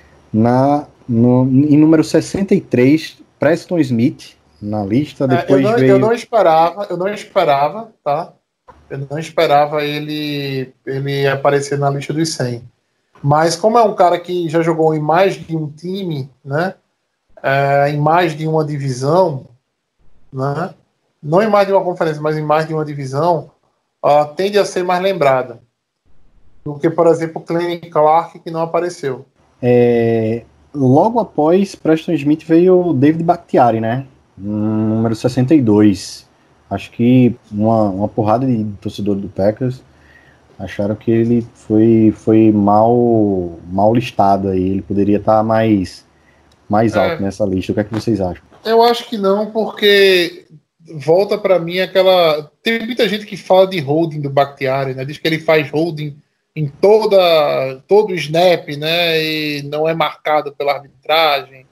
em número 63, Preston Smith na lista. Depois eu não esperava, tá? Eu não esperava ele aparecer na lista dos 100. Mas como é um cara que já jogou em mais de um time, né? Em mais de uma divisão, né? Não em mais de uma conferência, mas em mais de uma divisão, tende a ser mais lembrada do que, por exemplo, o Kenny Clark, que não apareceu. Logo após Preston Smith veio o David Bakhtiari, né? Número 62. Acho que uma porrada de torcedores do Packers acharam que ele foi mal listado aí. Ele poderia estar mais alto nessa lista. O que é que vocês acham? Eu acho que não, porque volta para mim aquela... Tem muita gente que fala de holding do Bakhtiari, né? Diz que ele faz holding em todo o snap, né? E não é marcado pela arbitragem.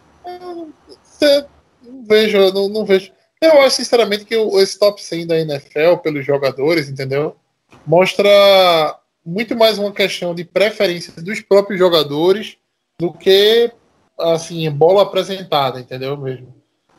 Não vejo. Eu acho, sinceramente, que esse top 100 da NFL, pelos jogadores, entendeu? Mostra muito mais uma questão de preferência dos próprios jogadores do que, assim, bola apresentada, entendeu? Mesmo.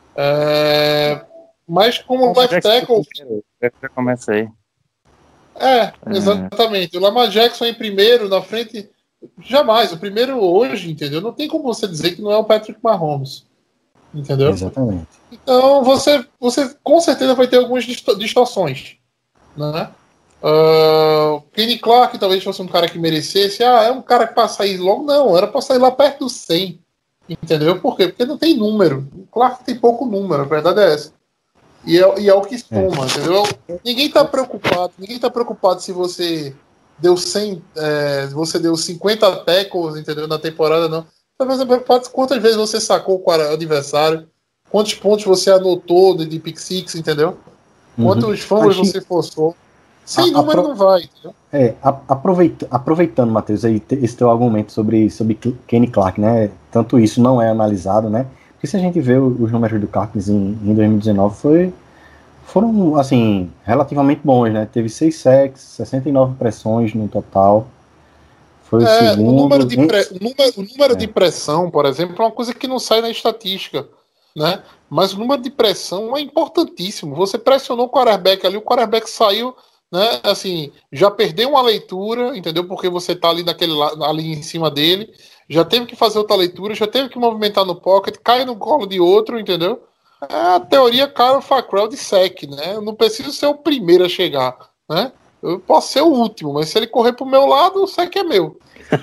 Mas como left tackle... Já começa aí. Exatamente. O Lamar Jackson em primeiro, na frente... Jamais. O primeiro hoje, entendeu? Não tem como você dizer que não é o Patrick Mahomes. Entendeu? Exatamente. Então você com certeza vai ter algumas distorções, né? Kenny Clark talvez fosse um cara que merecesse. É um cara que para sair logo. Não, era para sair lá perto do 100. Entendeu? Por quê? Porque não tem número. O Clark tem pouco número, a verdade é essa. E é o que soma, entendeu? Ninguém tá preocupado se você deu 100, você deu 50 tackles, entendeu, na temporada, não. Você tá preocupado quantas vezes você sacou o adversário, quantos pontos você anotou de pick six, entendeu? Quantos fumbles você forçou. Sem número não vai, entendeu? Aproveitando, Matheus, aí, esse teu argumento sobre Kenny Clark, né? Tanto isso não é analisado, né? Porque se a gente vê os números do Clark em 2019, foram, assim, relativamente bons, né? Teve 6 sacks, 69 pressões no total. Foi o segundo. O número de pressão, por exemplo, é uma coisa que não sai na estatística, né? Mas o número de pressão é importantíssimo. Você pressionou o quarterback ali, o quarterback saiu, né? Assim, já perdeu uma leitura, entendeu? Porque você tá ali ali em cima dele, já teve que fazer outra leitura, já teve que movimentar no pocket, cai no colo de outro, entendeu? É a teoria Kyle Fackrell de sec, né? Eu não preciso ser o primeiro a chegar, né? Eu posso ser o último, mas se ele correr pro meu lado, o sec é meu.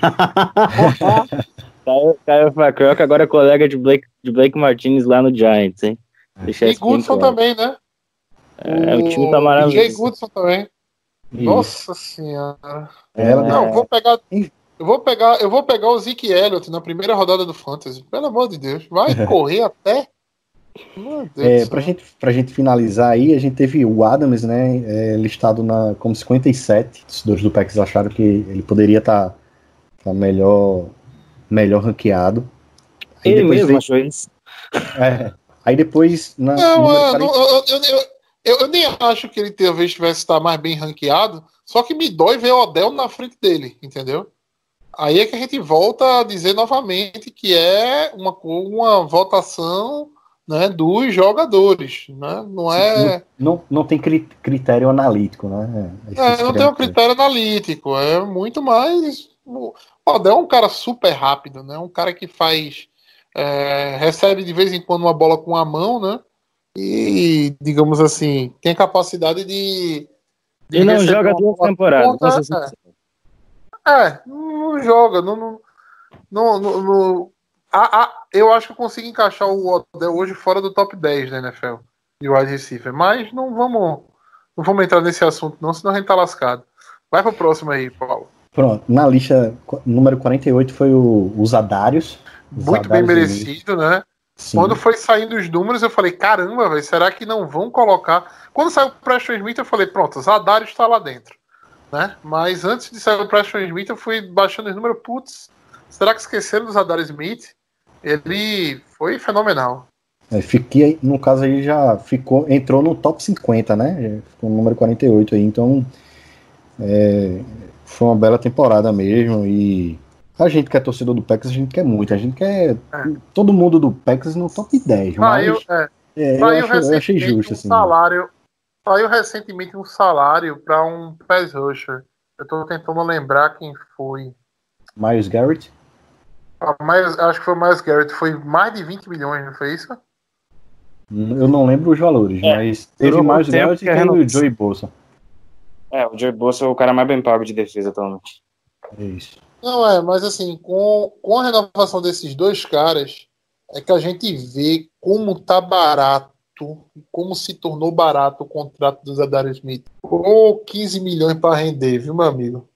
Kyle Fackrell, que agora é colega de Blake Martinez lá no Giants, hein? E Goodson também, né? O time tá maravilhoso. Jay Goodson também. Isso. Nossa senhora. Não, eu vou pegar o Zeke Elliott na primeira rodada do Fantasy. Pelo amor de Deus. Vai correr até. Meu Deus. Pra gente finalizar aí, a gente teve o Adams, né? Listado como 57. Os torcedores do Packers acharam que ele poderia estar melhor ranqueado. Ele mesmo achou isso. Aí depois. Eu nem acho que ele talvez tivesse estar mais bem ranqueado, só que me dói ver o Odell na frente dele, entendeu? Aí é que a gente volta a dizer novamente que é uma votação, né, dos jogadores, né? Não é. Não tem critério analítico, né? Não tem um critério analítico, é muito mais. O Odell é um cara super rápido, né? Um cara que faz. Recebe de vez em quando uma bola com a mão, né? E, digamos assim, tem a capacidade de E não receber joga uma duas bola temporadas. com ponta, não joga. Eu acho que eu consigo encaixar o Odell hoje fora do top 10 da NFL de wide receiver, mas não vamos entrar nesse assunto não, senão a gente tá lascado. Vai pro próximo aí, Paulo. Pronto, na lista número 48 foi o Zadarius. Muito bem merecido, né? Sim. Quando foi saindo os números, eu falei, caramba, velho, será que não vão colocar... Quando saiu o Preston Smith, eu falei, pronto, Zadarius está lá dentro, né? Mas antes de sair o Preston Smith, eu fui baixando os números, putz, será que esqueceram do Zadarius Smith? Ele foi fenomenal. Fiquei, no caso aí já entrou no top 50, né? Ficou no número 48 aí, então foi uma bela temporada mesmo. E a gente que é torcedor do Packers, a gente quer muito, a gente quer todo mundo do Packers no top 10, mas eu achei justo assim. Saiu recentemente um salário para um pass rusher. Eu tô tentando lembrar quem foi. Myles Garrett? Acho que foi o Myles Garrett, foi mais de 20 milhões, não foi isso? Eu não lembro os valores, mas teve mais Garrett e teve o Joey Bosa. O Joey Bosa é o cara mais bem pago de defesa atualmente. É isso. Não, mas assim, com a renovação desses dois caras, é que a gente vê como tá barato, como se tornou barato o contrato do Zadarius Smith. 15 milhões para render, viu, meu amigo?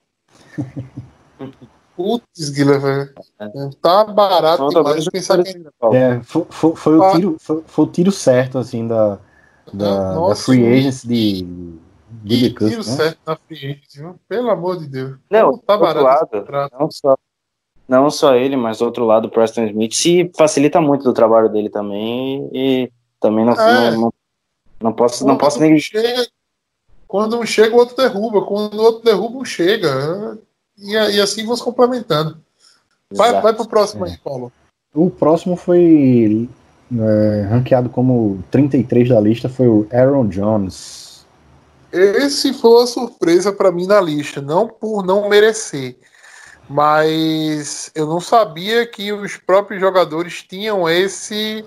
Putz, Guilherme, tá barato demais. Pensar que... foi o tiro certo, assim, da Free Agency de tiro né? certo na Free Agency, viu? Pelo amor de Deus. Não, tá barato. Não só ele, mas do outro lado, o Preston Smith, se facilita muito do trabalho dele também, e também não posso negligenciar. Quando um chega, o outro derruba. Quando o outro derruba, um chega. E assim vamos complementando. Vai pro próximo aí, Paulo. O próximo foi ranqueado como 33 da lista, foi o Aaron Jones. Esse foi uma surpresa para mim na lista, não por não merecer, mas eu não sabia que os próprios jogadores tinham esse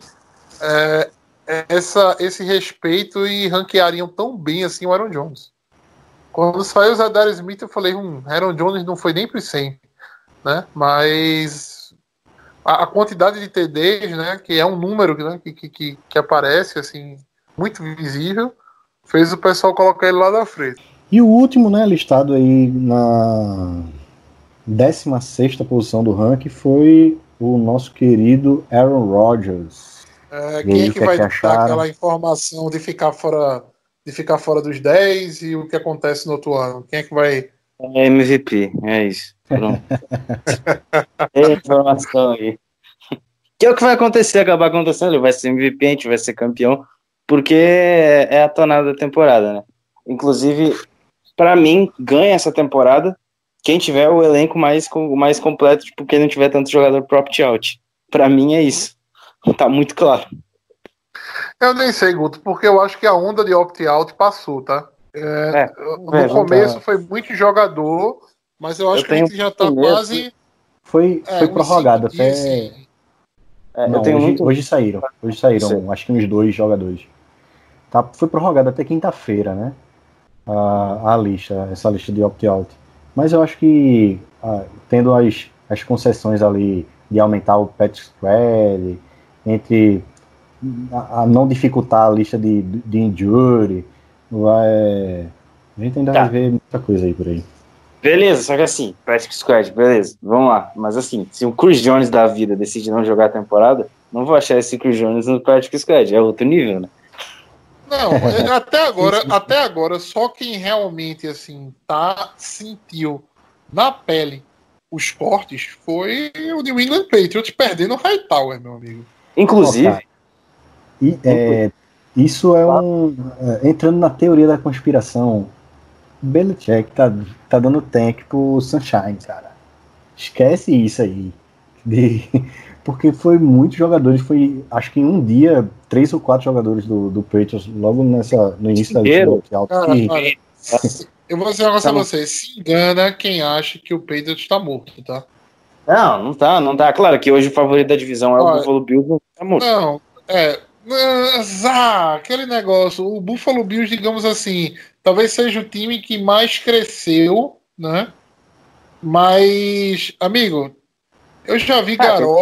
respeito e ranqueariam tão bem assim o Aaron Jones. Quando saiu o Zadarius Smith, eu falei, Aaron Jones não foi nem pro 100, né? Mas a quantidade de TDs, né, que é um número, né, que aparece assim muito visível, fez o pessoal colocar ele lá na frente. E o último, né, listado aí na 16ª posição do ranking foi o nosso querido Aaron Rodgers. Quem é que vai dar aquela informação de ficar fora dos 10 e o que acontece no outro ano? Quem é que vai... MVP, é isso. Pronto. É informação aí. Que é o que vai acontecer, acabar acontecendo, ele vai ser MVP, a gente vai ser campeão, porque é a tonada da temporada, né? Inclusive, pra mim, ganha essa temporada quem tiver o elenco mais completo, tipo, quem não tiver tanto jogador pro opt-out. Pra mim é isso. Tá muito claro. Eu nem sei, Guto, porque eu acho que a onda de opt-out passou, tá? No começo foi muito jogador, mas eu acho que a gente já tá quase... Foi prorrogado até... Não, hoje saíram, acho que uns 2 jogadores. Foi prorrogado até quinta-feira, né? Essa lista de opt-out. Mas eu acho que tendo as concessões ali de aumentar o practice squad, entre a não dificultar a lista de injury, a gente ainda vai ver muita coisa aí por aí. Beleza, só que assim, practice squad, beleza, vamos lá. Mas assim, se o Chris Jones da vida decide não jogar a temporada, não vou achar esse Chris Jones no practice squad, é outro nível, né? Não, até agora, só quem realmente assim sentiu na pele os cortes foi o New England Patriots perdendo o Hightower, meu amigo. Inclusive, Isso entrando na teoria da conspiração, Belichick tá dando tank pro Sunshine, cara. Esquece isso aí. Porque foi muitos jogadores, acho que em um dia, 3 ou 4 jogadores do Patriots, logo no início da Inteiro? Cara, eu vou dizer uma coisa pra você. Se engana quem acha que o Patriots tá morto, tá? Não tá. Claro que hoje o favorito da divisão é o Buffalo Bills, não tá morto. Não, aquele negócio. O Buffalo Bills, digamos assim, talvez seja o time que mais cresceu, né? Mas, amigo, eu já vi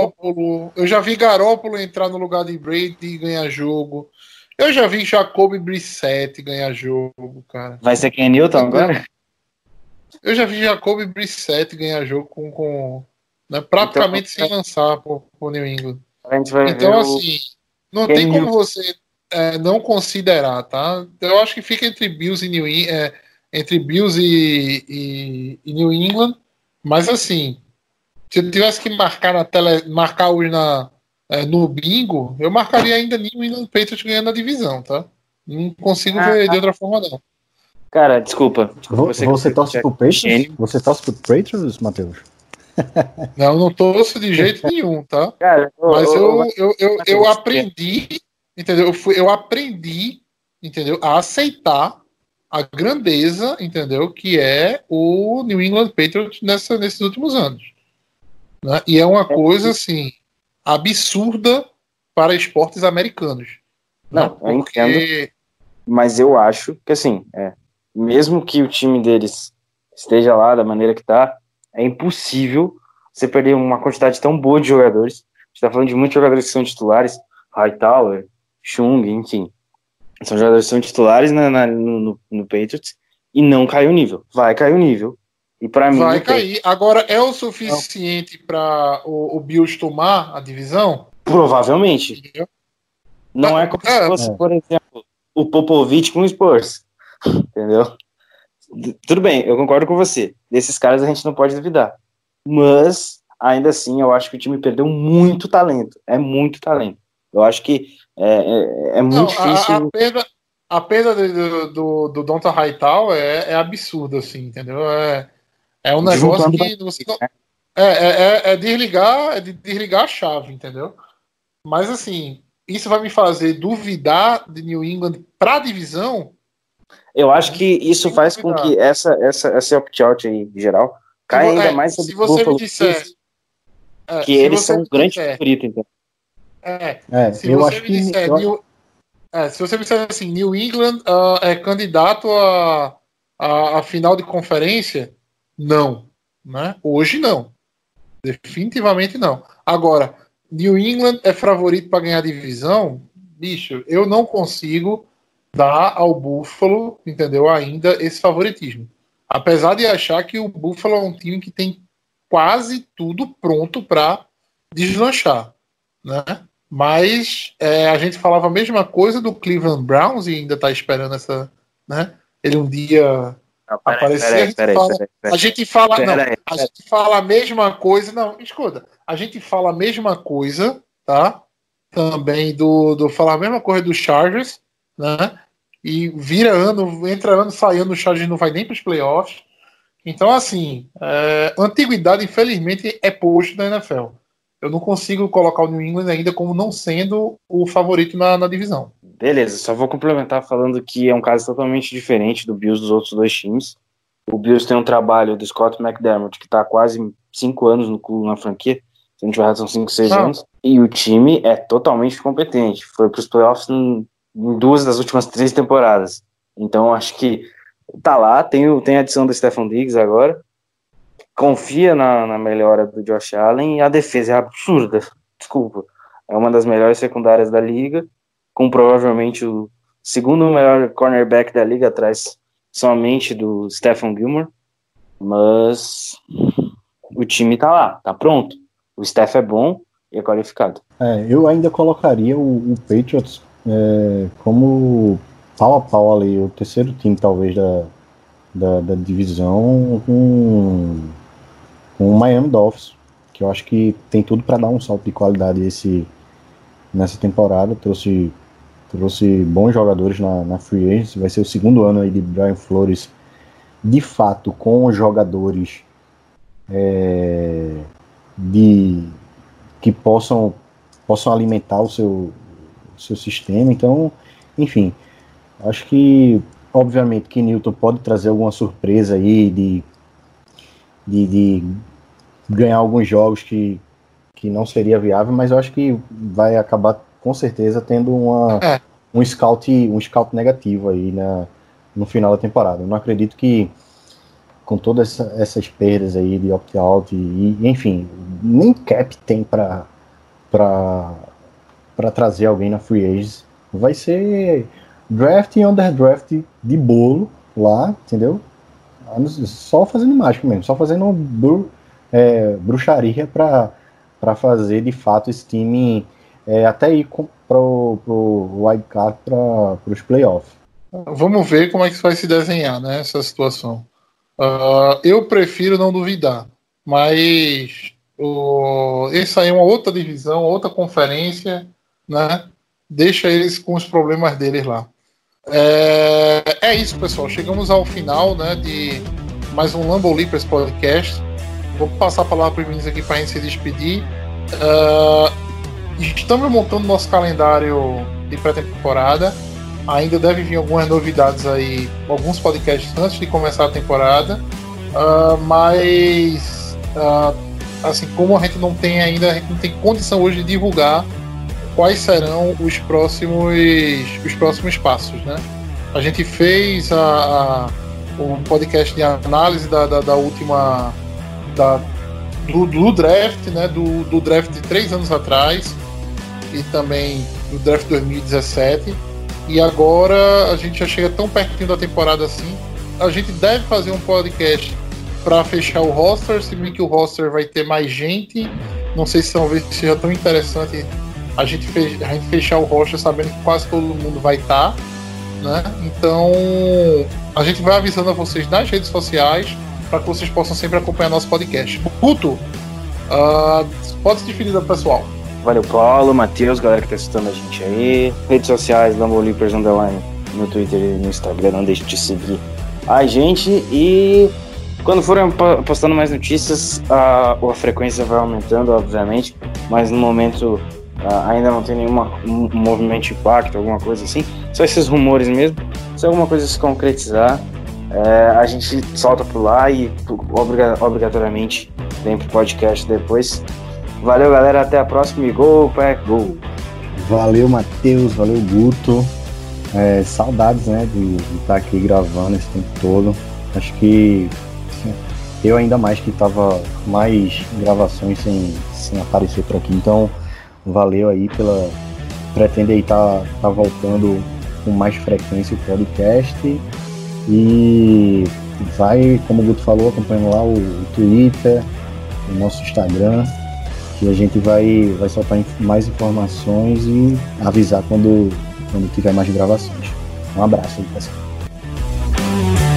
Garoppolo entrar no lugar de Brady e ganhar jogo. Eu já vi Jacoby Brissett ganhar jogo, cara. Vai ser Ken Newton agora? Eu já vi Jacoby Brissett ganhar jogo com né, praticamente sem lançar por New England. Então, assim, não tem como você não considerar, tá? Eu acho que fica entre Bills e entre Bills e New England, mas assim, se eu tivesse que marcar hoje no bingo, eu marcaria ainda New England Patriots ganhando a divisão, tá? Não consigo ver de outra forma, não. Cara, desculpa. Você torce pro Patriots? Você torce pro Patriots, Matheus? Não torço de jeito nenhum, tá? Cara, mas eu aprendi, entendeu? Eu aprendi, entendeu? A aceitar a grandeza, entendeu? Que é o New England Patriots nesses últimos anos. Né? E é uma coisa, assim, absurda para esportes americanos. Não, eu entendo. Mas eu acho que, assim, mesmo que o time deles esteja lá da maneira que tá, é impossível você perder uma quantidade tão boa de jogadores. A gente tá falando de muitos jogadores que são titulares, Hightower, Chung, enfim. São jogadores que são titulares no Patriots e não cai o nível. Vai cair o nível. E para mim. Vai cair. Agora, é o suficiente para o Bills tomar a divisão? Provavelmente. Entendeu? Não é como se fosse, por exemplo, o Popovich com o Spurs. Entendeu? Tudo bem, eu concordo com você. Desses caras a gente não pode duvidar. Mas, ainda assim, eu acho que o time perdeu muito talento. É muito talento. Eu acho que é muito difícil. A perda do Donta Hightower é absurda, assim, entendeu? É um negócio que você não, desligar a chave, entendeu? Mas, assim, isso vai me fazer duvidar de New England pra divisão. Eu acho que isso faz com que essa opt-out aí, em geral, caia ainda mais sobre se você me disser que eles são um grande favorito, então. Se você me disser se você me disser assim, New England é candidato a final de conferência, não, né? Hoje não, definitivamente não. Agora, New England é favorito para ganhar a divisão, bicho, eu não consigo dar ao Buffalo, entendeu, ainda esse favoritismo. Apesar de achar que o Buffalo é um time que tem quase tudo pronto para deslanchar, né? Mas a gente falava a mesma coisa do Cleveland Browns e ainda está esperando essa, né? Ele um dia aparecer. A gente fala a mesma coisa. Não, escuta. A gente fala a mesma coisa, tá? Também falar a mesma coisa do Chargers, né? E entra ano, sai ano, o Chargers não vai nem para os playoffs. Então, assim, antiguidade, infelizmente, é posto na NFL. Eu não consigo colocar o New England ainda como não sendo o favorito na divisão. Beleza, só vou complementar falando que é um caso totalmente diferente do Bills dos outros dois times. O Bills tem um trabalho do Scott McDermott, que está há quase 5 anos na franquia. Se não tiver razão, são 5, 6 anos. E o time é totalmente competente. Foi para os playoffs em 2 das últimas 3 temporadas. Então, acho que tá lá. Tem a adição do Stephon Diggs agora. Confia na melhora do Josh Allen, e a defesa é absurda. Desculpa. É uma das melhores secundárias da liga, com provavelmente o segundo melhor cornerback da liga, atrás somente do Stephon Gilmore. Mas o time tá lá, tá pronto. O Steph é bom e é qualificado. Eu ainda colocaria o Patriots como pau a pau ali, o terceiro time talvez da divisão com o Miami Dolphins, que eu acho que tem tudo para dar um salto de qualidade nessa temporada. Trouxe trouxe bons jogadores na Free Agency. Vai ser o segundo ano aí de Brian Flores, de fato, com jogadores que possam alimentar o seu sistema. Então, enfim, acho que, obviamente, que Newton pode trazer alguma surpresa aí de ganhar alguns jogos que não seria viável, mas eu acho que vai acabar, com certeza, tendo um scout negativo aí no final da temporada. Eu não acredito que, com todas essas perdas aí de opt-out e enfim, nem cap tem para trazer alguém na free agency. Vai ser draft e underdraft de bolo lá, entendeu? Só fazendo mágica mesmo, só fazendo bruxaria para fazer de fato esse time até ir pro wildcard para os playoffs. Vamos ver como é que vai se desenhar, né, essa situação. Eu prefiro não duvidar, mas essa aí é uma outra divisão, outra conferência, né? Deixa eles com os problemas deles lá. É isso, pessoal. Chegamos ao final, né, de mais um Lambeau Leapers podcast. Vou passar a palavra para os meninos aqui para a gente se despedir. Estamos montando nosso calendário de pré-temporada. Ainda deve vir algumas novidades aí, alguns podcasts antes de começar a temporada. Mas assim, como a gente não tem ainda, a gente não tem condição hoje de divulgar quais serão os próximos passos, né? A gente fez o podcast de análise da última do draft, né? Do draft de 3 anos atrás e também do draft 2017. E agora a gente já chega tão pertinho da temporada assim. A gente deve fazer um podcast para fechar o roster, se bem que o roster vai ter mais gente. Não sei se talvez seja tão interessante a gente fechar o roster sabendo que quase todo mundo vai estar, né? Então a gente vai avisando a vocês nas redes sociais para que vocês possam sempre acompanhar nosso podcast. Guto, pode se despedir do pessoal. Valeu, Paulo, Matheus, galera que tá assistindo a gente aí. Redes sociais, Lambeau Leapers Underline, no Twitter e no Instagram, não deixe de seguir a gente. E quando forem postando mais notícias, a frequência vai aumentando, obviamente, mas no momento ainda não tem nenhum movimento de impacto, alguma coisa assim. Só esses rumores mesmo. Se alguma coisa se concretizar, a gente solta por lá e obrigatoriamente vem pro podcast depois. Valeu, galera, até a próxima e Go Pack Go! Valeu, Matheus, valeu, Guto. Saudades, né, de estar aqui gravando esse tempo todo. Acho que eu ainda mais que tava mais gravações sem aparecer por aqui, então valeu aí pretendo aí estar voltando com mais frequência o podcast e vai, como o Guto falou, acompanhando lá o Twitter, o nosso Instagram, que a gente vai soltar mais informações e avisar quando tiver mais gravações. Um abraço aí, pessoal.